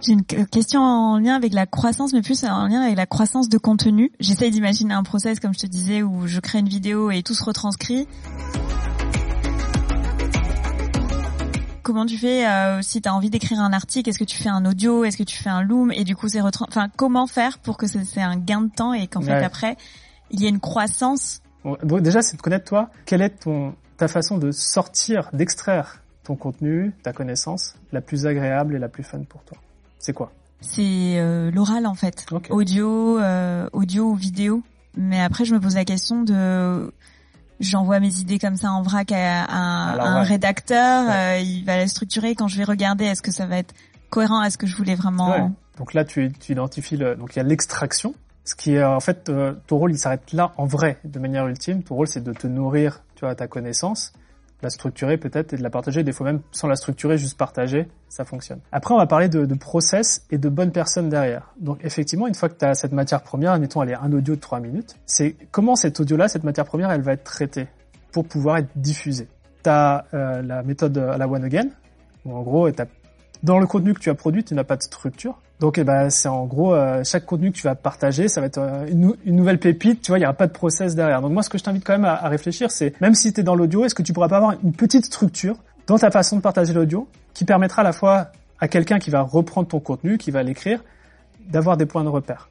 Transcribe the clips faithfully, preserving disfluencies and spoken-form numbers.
J'ai une question en lien avec la croissance, mais plus en lien avec la croissance de contenu. J'essaye d'imaginer un process, comme je te disais, où je crée une vidéo et tout se retranscrit. Comment tu fais euh, si tu as envie d'écrire un article? Est-ce que tu fais un audio? Est-ce que tu fais un loom? Et du coup, c'est retran... Enfin, comment faire pour que c'est, c'est un gain de temps et qu'en fait, ouais. après, il y ait une croissance? Bon, déjà, c'est de connaître, toi, quelle est ton ta façon de sortir, d'extraire ton contenu, ta connaissance, la plus agréable et la plus fun pour toi. C'est quoi? C'est euh, l'oral, en fait. Okay. Audio, euh, audio ou vidéo. Mais après, je me pose la question de... J'envoie mes idées comme ça en vrac à, à, Alors, à un ouais. rédacteur, ouais. euh, il va la structurer. Quand je vais regarder, est-ce que ça va être cohérent à ce que je voulais vraiment... Ouais. Donc là, tu, tu identifies... Le... Donc il y a l'extraction. Ce qui est, en fait, euh, ton rôle, il s'arrête là, en vrai, de manière ultime. Ton rôle, c'est de te nourrir, tu vois, ta connaissance, la structurer peut-être et de la partager. Des fois même, sans la structurer, juste partager, ça fonctionne. Après, on va parler de, de process et de bonnes personnes derrière. Donc, effectivement, une fois que tu as cette matière première, admettons, elle est un audio de trois minutes, c'est comment cet audio-là, cette matière première, elle va être traitée pour pouvoir être diffusée. Tu as euh, la méthode à la one again, où en gros, t'as dans le contenu que tu as produit, tu n'as pas de structure. Donc, eh ben, c'est en gros, euh, chaque contenu que tu vas partager, ça va être euh, une, une nouvelle pépite, tu vois, il n'y aura pas de process derrière. Donc, moi, ce que je t'invite quand même à, à réfléchir, c'est, même si tu es dans l'audio, est-ce que tu pourras pas avoir une petite structure dans ta façon de partager l'audio qui permettra à la fois à quelqu'un qui va reprendre ton contenu, qui va l'écrire, d'avoir des points de repère.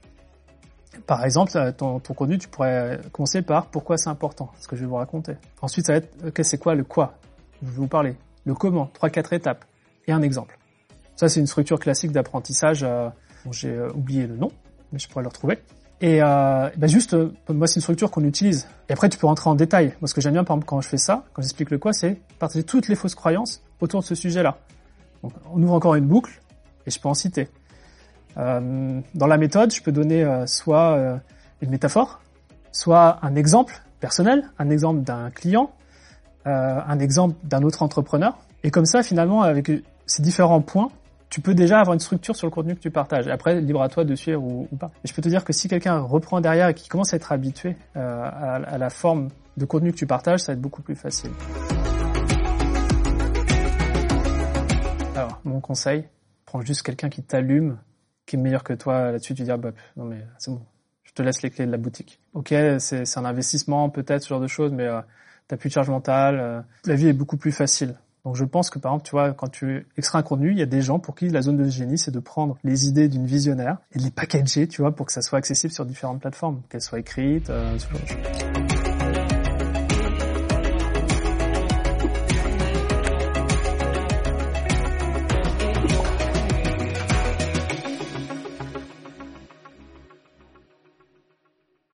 Par exemple, ton, ton contenu, tu pourrais commencer par pourquoi c'est important, ce que je vais vous raconter. Ensuite, ça va être, ok, c'est quoi le quoi? Je vais vous parler. Le comment, trois, quatre étapes. Et un exemple. Ça, c'est une structure classique d'apprentissage. Euh, bon, j'ai euh, oublié le nom, mais je pourrais le retrouver. Et euh, ben juste, euh, moi, c'est une structure qu'on utilise. Et après, tu peux rentrer en détail. Moi, ce que j'aime bien, par exemple, quand je fais ça, quand j'explique le quoi, c'est partager toutes les fausses croyances autour de ce sujet-là. Donc, on ouvre encore une boucle, et je peux en citer. Euh, dans la méthode, je peux donner euh, soit euh, une métaphore, soit un exemple personnel, un exemple d'un client, euh, un exemple d'un autre entrepreneur. Et comme ça, finalement, avec ces différents points, tu peux déjà avoir une structure sur le contenu que tu partages. Après, libre à toi de suivre ou, ou pas. Et je peux te dire que si quelqu'un reprend derrière et qu'il commence à être habitué euh, à, à la forme de contenu que tu partages, ça va être beaucoup plus facile. Alors, mon conseil, prends juste quelqu'un qui t'allume, qui est meilleur que toi là-dessus, tu dis, ah, bah, non mais c'est bon, je te laisse les clés de la boutique. Ok, c'est, c'est un investissement peut-être, ce genre de choses, mais euh, t'as plus de charge mentale, euh, la vie est beaucoup plus facile. Donc je pense que par exemple, tu vois, quand tu extrais un contenu, il y a des gens pour qui la zone de génie, c'est de prendre les idées d'une visionnaire et de les packager, tu vois, pour que ça soit accessible sur différentes plateformes, qu'elles soient écrites, euh, ce genre de choses.